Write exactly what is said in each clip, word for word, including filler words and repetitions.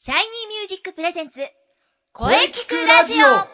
シャイニーミュージックプレゼンツ声聞くラジオ。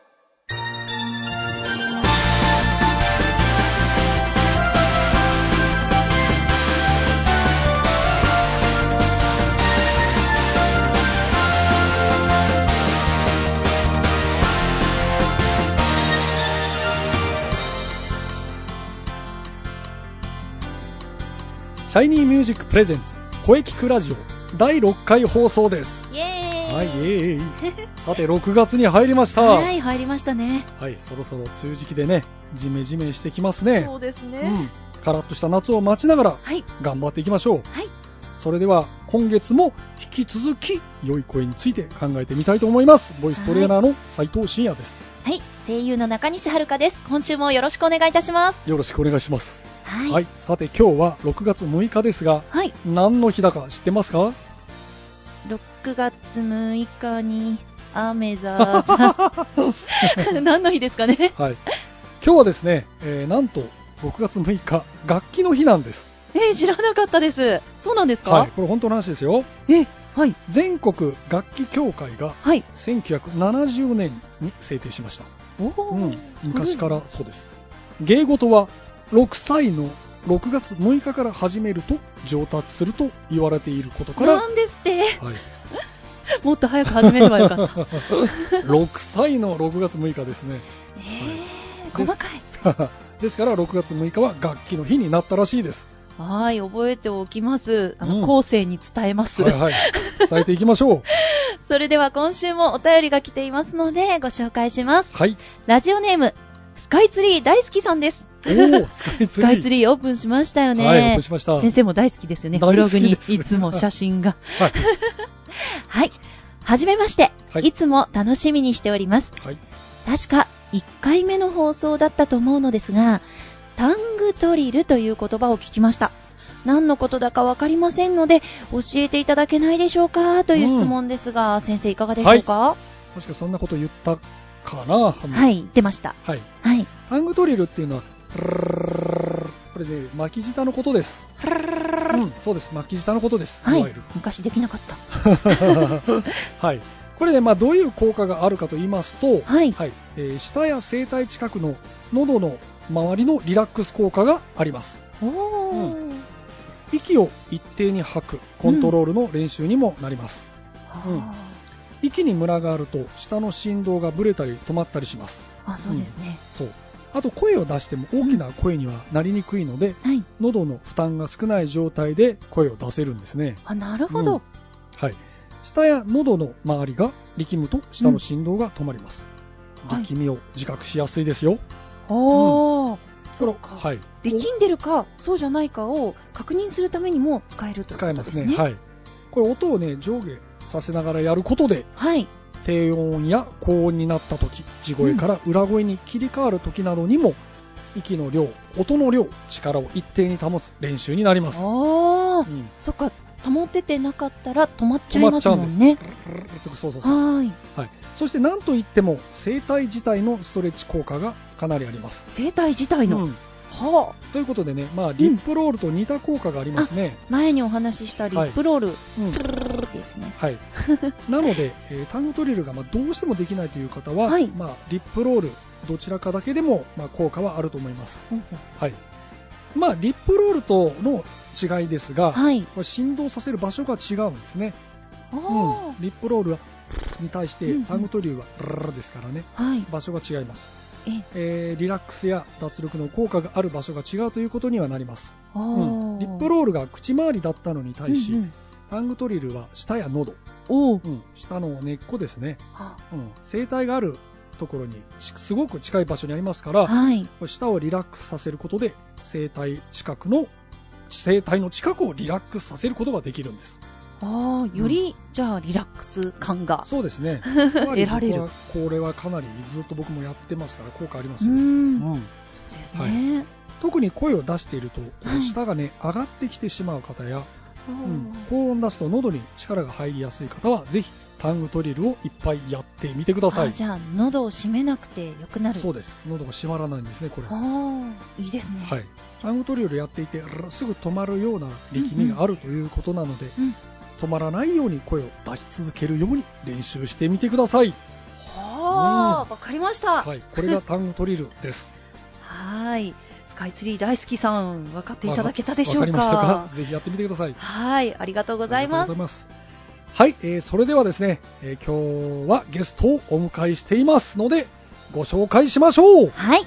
シャイニーミュージックプレゼンツ声聞くラジオだいろっかい放送です。 イエーイ、 はい、イエーイさてろくがつに入りました。 はい入りましたね。 はい、そろそろ梅雨時期でね、ジメジメしてきますね。 そうですね、 うん、カラッとした夏を待ちながら、はい、頑張っていきましょう。はい、それでは今月も引き続き良い声について考えてみたいと思います。ボイストレーナーの斉藤真也です。 はい、声優の中西遥です。今週もよろしくお願いいたします。 よろしくお願いします。 はい、 はい、さて今日はろくがつむいかですが、はい、何の日だか知ってますか？ ろくがつむいかに雨ざー何の日ですかね？はい、 今日はですね、えー、なんとろくがつむいか楽器の日なんです。 えー、知らなかったです。そうなんですか？ はい、これ本当の話ですよ。 え、はい、 全国楽器協会がせんきゅうひゃくななじゅうねんに制定しました。おー、うん、昔からそうです。芸事はろくさいのろくがつむいかから始めると上達すると言われていることからなんですって、はい、もっと早く始めればよかったろくさいのろくがつむいかですね。 えー、はい、細かいですからろくがつむいかは楽器の日になったらしいです。 はい、覚えておきます。あの、うん、後世に伝えます。 はいはい、伝えていきましょうそれでは今週もお便りが来ていますのでご紹介します。 はい、 ラジオネームスカイツリー大好きさんです。 おー、スカイツリー。 スカイツリーオープンしましたよね。 はい、オープンしました。 先生も大好きですよね。ブログにいつも写真が。はい。はい。はじめまして、はい。いつも楽しみにしております。はい。確かいっかいめの放送だったと思うのですが、タングトリルという言葉を聞きました。何のことだかわかりませんので、教えていただけないでしょうかという質問ですが、うん、先生いかがでしょうか？はい、 確かそんなこと言ったかな。 はい、言ってました。 はい。はい。タングトリルっていうのは、これで巻き舌のことです。うん、そうです。巻き舌のことです。 はい。昔できなかった。 はい。これでまあどういう効果があるかと言いますと、はい。はい、えー、舌や声帯近くの喉の周りのリラックス効果があります。おー。うん、息を一定に吐くコントロールの練習にもなります。うん。うん、息にムラがあると舌の振動がブレたり止まったりします。 あ、そうですね。 うん、そう。あと声を出しても大きな声にはなりにくいので、うん、はい、喉の負担が少ない状態で声を出せるんですね。 あ、なるほど。うん、 はい。舌や喉の周りが力むと舌の振動が止まります。うん、力みを自覚しやすいですよ。はい、 おー、うん、 そうか。はい。 力んでるかそうじゃないかを確認するためにも使えるということですね。使えますね。はい。 これ音をね上下させながらやることで、はい、低音や高音になった時、地声から裏声に切り替わる時などにも、うん、息の量、音の量、力を一定に保つ練習になります。ああ、うん、そっか、保ててなかったら止まっちゃいますもんね。 そうそうそう。はい。はい。そして何といっても声帯自体のストレッチ効果がかなりあります。 声帯自体の。うん、はあ、 ということでね、まあ、リップロールと似た効果がありますね。 うん、前にお話ししたリップロール、はい、うん、ですね。はい。 なので、えー、タングトリルがまあどうしてもできないという方は、はい、まあ、リップロールどちらかだけでもまあ効果はあると思います。うん、はい。まあ、リップロールとの違いですが、はい、これ振動させる場所が違うんですね。うん、リップロールはに対して、うんうん、タングトリルはですからね、はい、場所が違います。えー、リラックスや脱力の効果がある場所が違うということにはなります。うん、リップロールが口周りだったのに対し、うんうん、タングトリルは舌や喉、うん、舌の根っこですね、うん、声帯があるところにすごく近い場所にありますから、はい、舌をリラックスさせることで声帯近くの声帯の近くをリラックスさせることができるんです。 ああ、より、うん、じゃあリラックス感がそうですね得られる。 これはかなりずっと僕もやってますから効果ありますよ。 うん、うん、そうですね、はい、 特に声を出していると舌がね、はい、上がってきてしまう方や、うん、高音出すと喉に力が入りやすい方はぜひタングトリルをいっぱいやってみてください。 あ、じゃあ喉を締めなくてよくなる。 そうです、喉が締まらないんですねこれ。 あ、いいですね。 はい、タングトリルやっていてすぐ止まるような力みがあるということなので、うんうん、 止まらないように声を出し続けるように練習してみてください。 はあ、わかりました。 はい、これが単語ドリルです。 はい、スカイツリー大好きさん、分かっていただけたでしょうか。 わかりましたか。ぜひやってみてください。 はい、ありがとうございます。 ますはい、えー、それではですね、えー、今日はゲストをお迎えしていますのでご紹介しましょう。 はい。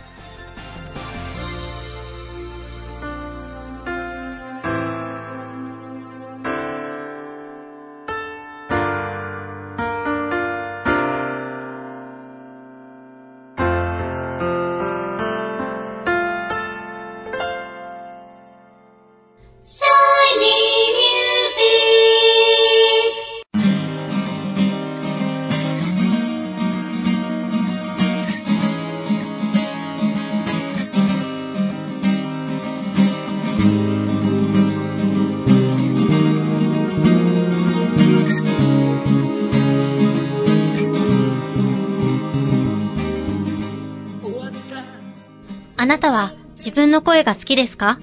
あなたは自分の声が好きですか？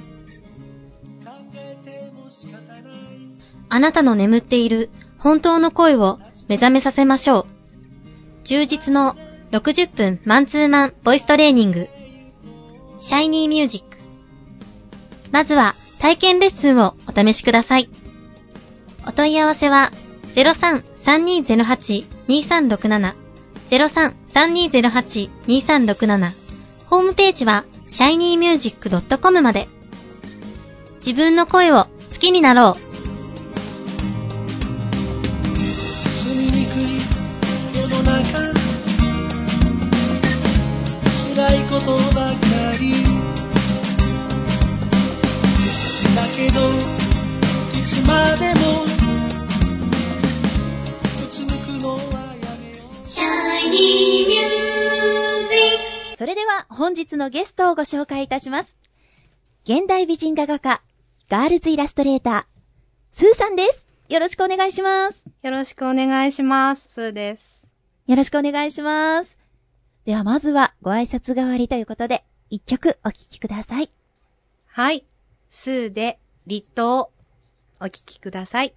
あなたの眠っている本当の声を目覚めさせましょう。充実のろくじゅっぷんマンツーマンボイストレーニング。シャイニーミュージック。まずは体験レッスンをお試しください。お問い合わせは ゼロさん さんにーゼロはち にーさんろくなな ゼロさん さんにーゼロはち にーさんろくなな。ホームページは シャイニーミュージックドットコム まで。自分の声を好きになろう。 住みにくい世の中、辛いことばかりだけど、いつまでもうつむくのはやめよう。シャイニーミュージック。 それでは本日のゲストをご紹介いたします。現代美人画家家、ガールズイラストレーター、スーさんです。よろしくお願いします。 よろしくお願いします。スーです。 よろしくお願いします。ではまずはご挨拶代わりということで、一曲お聴きください。 はい。スーで立冬、お聴きください。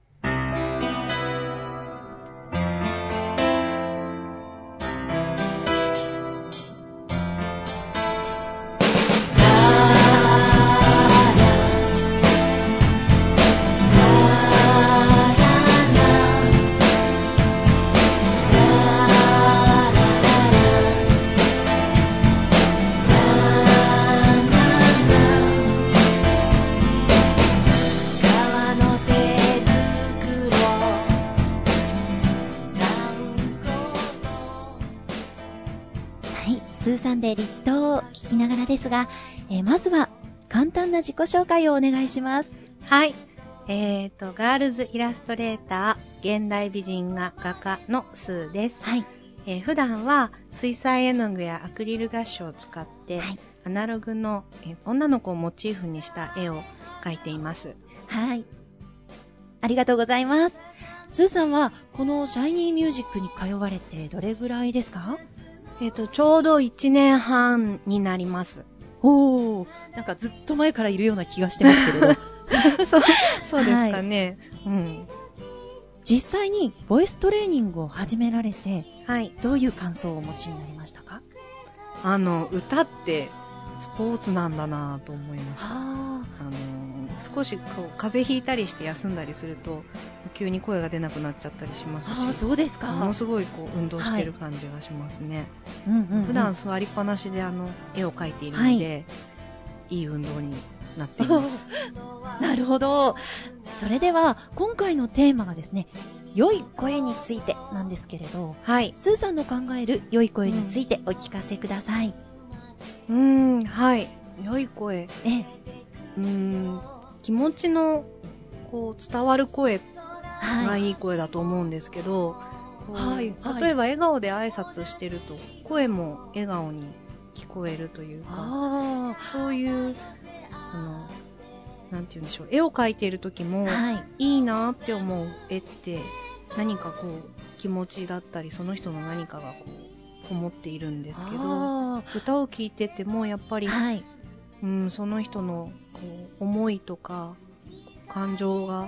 スーさんで立冬を聞きながらですが、えー、まずは簡単な自己紹介をお願いします。 はい。えーと、ガールズイラストレーター、現代美人画画家のスーです。 はい。 えー、普段は水彩絵の具やアクリルガッシュを使って、はい、アナログの、えー、女の子をモチーフにした絵を描いています。 はい。ありがとうございます。スーさんはこのシャイニーミュージックに通われてどれぐらいですか？ えっと、ちょうどいちねんはんになります。 おー、なんかずっと前からいるような気がしてますけれど。 そう、そうですかね。はい、うん。 実際にボイストレーニングを始められて、 はい。 どういう感想をお持ちになりましたか？ あの、歌ってスポーツなんだなぁと思いました。あの少しこう風邪ひいたりして休んだりすると急に声が出なくなっちゃったりしますし、 あ、そうですか。 ものすごいこう運動してる感じがしますね。 はい、うんうんうん、 普段座りっぱなしであの絵を描いているので、はい、いい運動になっています。 なるほど。それでは今回のテーマがですね、良い声についてなんですけれど、 はい、 スーさんの考える良い声についてお聞かせください。 うーん、はい、良い声。 ええ、 うーん、気持ちのこう伝わる声がいい声だと思うんですけど、はいはい、例えば笑顔で挨拶してると声も笑顔に聞こえるというか、あ、そういうあのなんて言うんでしょう、絵を描いている時も、はい、いいなって思う絵って何かこう気持ちだったりその人の何かがこうこもっているんですけど、歌を聴いててもやっぱり、はい、うん、その人のこう思いとか感情が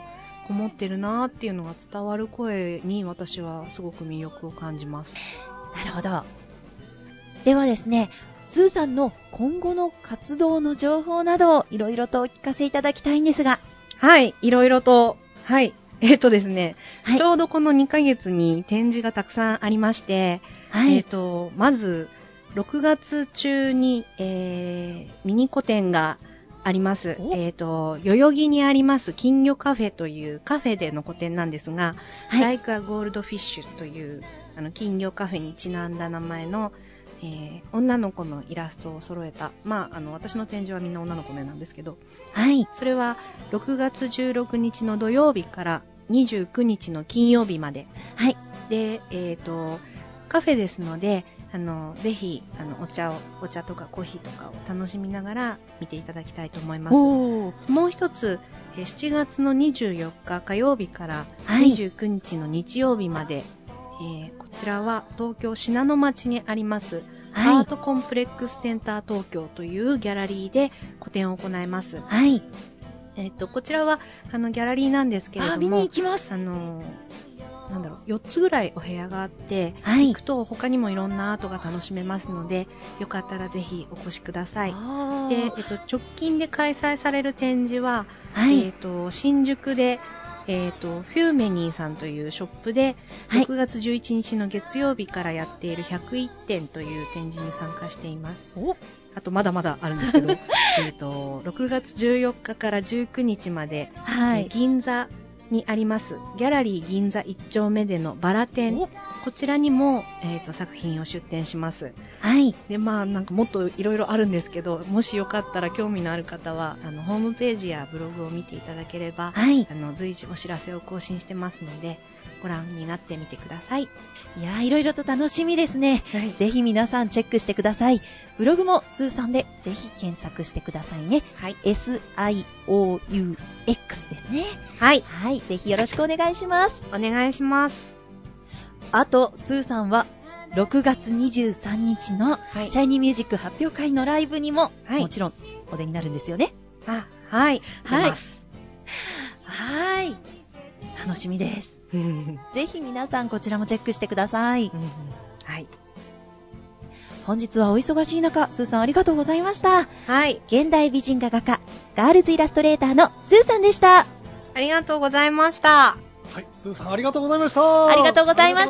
こもってるなっていうのが伝わる声に私はすごく魅力を感じます。 なるほど。ではですね、スーさんの今後の活動の情報などをいろいろとお聞かせいただきたいんですが。 はい、いろいろと、はい、えっとですね、はい、ちょうどこのにかげつに展示がたくさんありまして、はい、えっと、まず、ろくがつ中に、えー、ミニ個展があります。えっと、代々木にあります金魚カフェというカフェでの個展なんですが、はい、Like a Goldfish というあの金魚カフェにちなんだ名前の、えー、女の子のイラストを揃えた、まあ、あの私の展示はみんな女の子の絵なんですけど、はい、それはろくがつじゅうろくにちの土曜日からにじゅうくにちの金曜日まで、はい、で、えっと、カフェですので、あのぜひあのお茶をお茶とかコーヒーとかを楽しみながら見ていただきたいと思います。もう一つ、えしちがつのにじゅうよっか火曜日からにじゅうくにちの日曜日まで、はい、えー、こちらは東京信濃町にあります、はい、アートコンプレックスセンター東京というギャラリーで個展を行います。はい、えっとこちらはあのギャラリーなんですけれども、 見に行きます。 あのなんだろうよっつぐらいお部屋があって、はい、行くと他にもいろんなアートが楽しめますので、よかったらぜひお越しください。で、えっと、直近で開催される展示は、はい、えっと、新宿で、えっと、フューメニーさんというショップで、はい、ろくがつじゅういちにちの月曜日からやっているひゃくいってんという展示に参加しています。あとまだまだあるんですけどえっとろくがつじゅうよっかからじゅうくにちまで、はい、銀座にありますギャラリー銀座いっちょうめでのバラ展、こちらにも、えーと、作品を出展します。はい。で、まあなんかもっといろいろあるんですけど、もしよかったら興味のある方はあのホームページやブログを見ていただければ、はい、あの随時お知らせを更新してますので、ご覧になってみてください。 いやー、いろいろと楽しみですね。はい、ぜひ皆さんチェックしてください。ブログもスーさんでぜひ検索してくださいね。はい。エスアイオーユーエックス ですね。はい。はい。ぜひよろしくお願いします。 お願いします。 あと、スーさんはろくがつにじゅうさんにちのシャイニーミュージック発表会のライブにも、はい、もちろんお出になるんですよね。 あ、はい。 はい。はい。楽しみです。ぜひ皆さんこちらもチェックしてください。うん、はい。本日はお忙しい中、スーさんありがとうございました。はい。現代美人画家家、ガールズイラストレーターのスーさんでした。 ありがとうございました。 はい、スーさんありがとうございました。 ありがとうございました。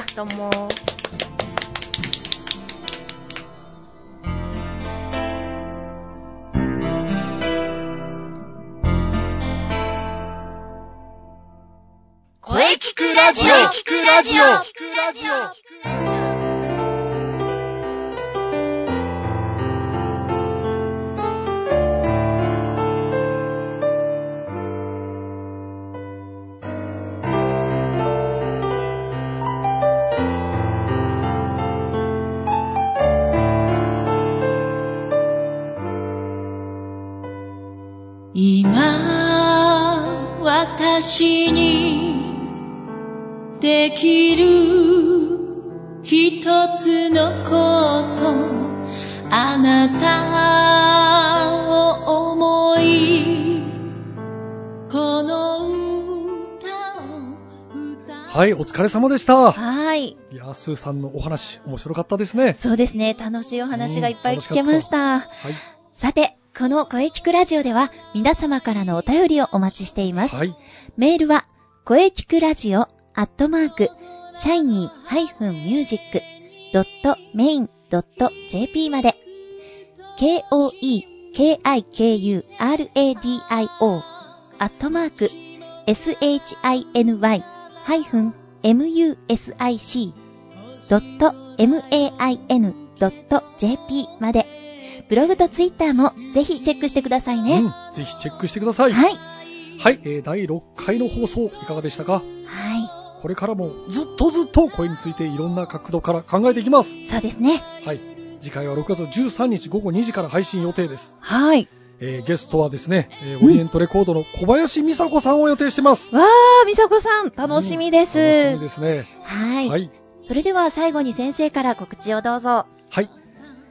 どうも。 声聞くラジオ聞くラジオ聞くラジオ今私にできる一つのこと、あなたを思いこの歌を歌う。 はい、お疲れ様でした。 はい。 いや、スーさんのお話面白かったですね。 そうですね、楽しいお話がいっぱい聞けました。はい、さて、この声聞くラジオでは皆様からのお便りをお待ちしています。はい、メールは声聞くラジオアットマークシャイニーハイフンミュージックドットメインドットジェーピー まで ケーオーイーケーアイケーユーアールエーディーアイオー アットマーク エスエイチアイエヌワイ ハイフン エムユーエスアイシー ドット メイン ドット ジェーピー まで。ブログとツイッターもぜひチェックしてくださいね。うん、 ぜひチェックしてください。はい。はい、えー、だいろっかいの放送いかがでしたか？はい。これからもずっとずっと声についていろんな角度から考えていきます。 そうですね。 はい。次回はろくがつじゅうさんにちごごにじから配信予定です。 はい。 えー、ゲストはですね、えー、オリエントレコードの小林美佐子さんを予定してます。 わー、美佐子さん、楽しみです。うん、 楽しみですね。 はい。はい。それでは最後に先生から告知をどうぞ。 はい。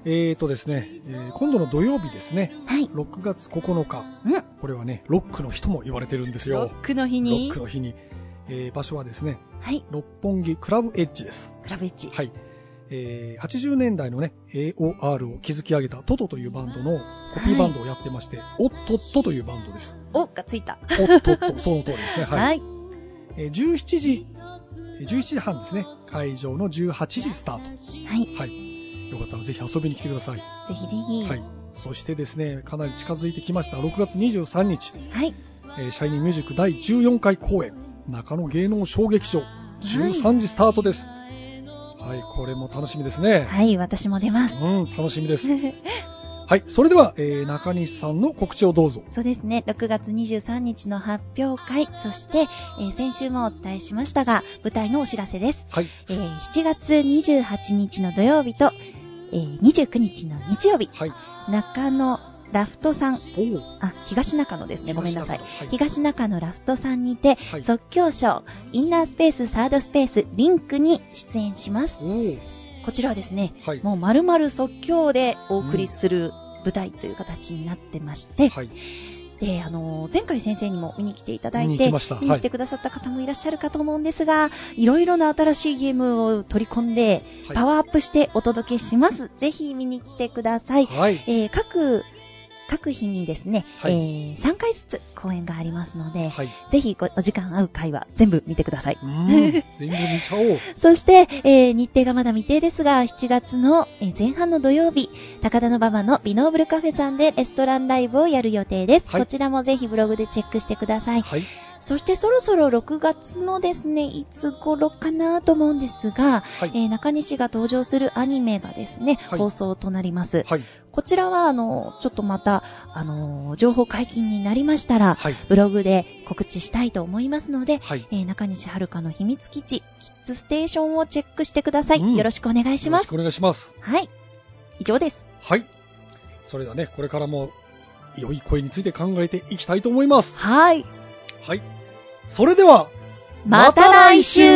えーとですね、えー、今度の土曜日ですね、 はい、 ろくがつここのか、うん、これはね、ロックの日とも言われてるんですよ。 ロックの日にロックの日に、えー、場所はですね、 はい、 六本木クラブエッジです。 クラブエッジ。 はい。えー、はちじゅうねんだいのね、エーオーアール を築き上げたトトというバンドのコピーバンドをやってまして、はい、オットットというバンドです。 おがついた。 オットット、その通りですね。はい。はい、えー、じゅうしちじ、じゅうしちじはんですね。会場のじゅうはちじスタート。 はい。 はい。よかったらぜひ遊びに来てください。 ぜひぜひ。 はい。そしてですね、かなり近づいてきました。ろくがつにじゅうさんにち。 はい。 えー、シャイニーミュージックだいじゅうよんかい公演、中野芸能小劇場、じゅうさんじスタートです。はい、はい、これも楽しみですね。 はい、私も出ます。 うん、楽しみです。はい、それでは、えー、中西さんの告知をどうぞ。 そうですね、ろくがつにじゅうさんにちの発表会、そして、えー、先週もお伝えしましたが、舞台のお知らせです。 はい。 えー、しちがつにじゅうはちにちの土曜日と、えー、にじゅうくにちの日曜日、 はい、 中野ラフトさん、あ、東中野ですね、ごめんなさい。はい、東中野ラフトさんにて、はい、即興ショー、インナースペース、サードスペース、リンクに出演します。こちらはですね、はい、もう丸々即興でお送りする舞台という形になってまして、はい、で、あの、前回先生にも見に来ていただいて、見に来ました。見に来てくださった方もいらっしゃるかと思うんですが、はい、いろいろな新しいゲームを取り込んで、はい、パワーアップしてお届けします。ぜひ見に来てください。はい、えー、各各日にですね、はい、えー、さんかいずつ公演がありますので、はい、ぜひごお時間合う回は全部見てください。 全部見ちゃおう。 そして、えー、日程がまだ未定ですが、しちがつの前半の土曜日、高田馬場のビノーブルカフェさんでレストランライブをやる予定です。はい、こちらもぜひブログでチェックしてください。はい、そしてそろそろろくがつのですね、いつ頃かなと思うんですが、はい、えー、中西が登場するアニメがですね、はい、放送となります。はい、こちらは、あの、ちょっとまた、あの、情報解禁になりましたら、はい、ブログで告知したいと思いますので、はい、えー、中西遥の秘密基地、キッズステーションをチェックしてください。うん、よろしくお願いします。よろしくお願いします。 はい。以上です。 はい。それではね、これからも、良い声について考えていきたいと思います。 はい。 はい。それでは、 また来週。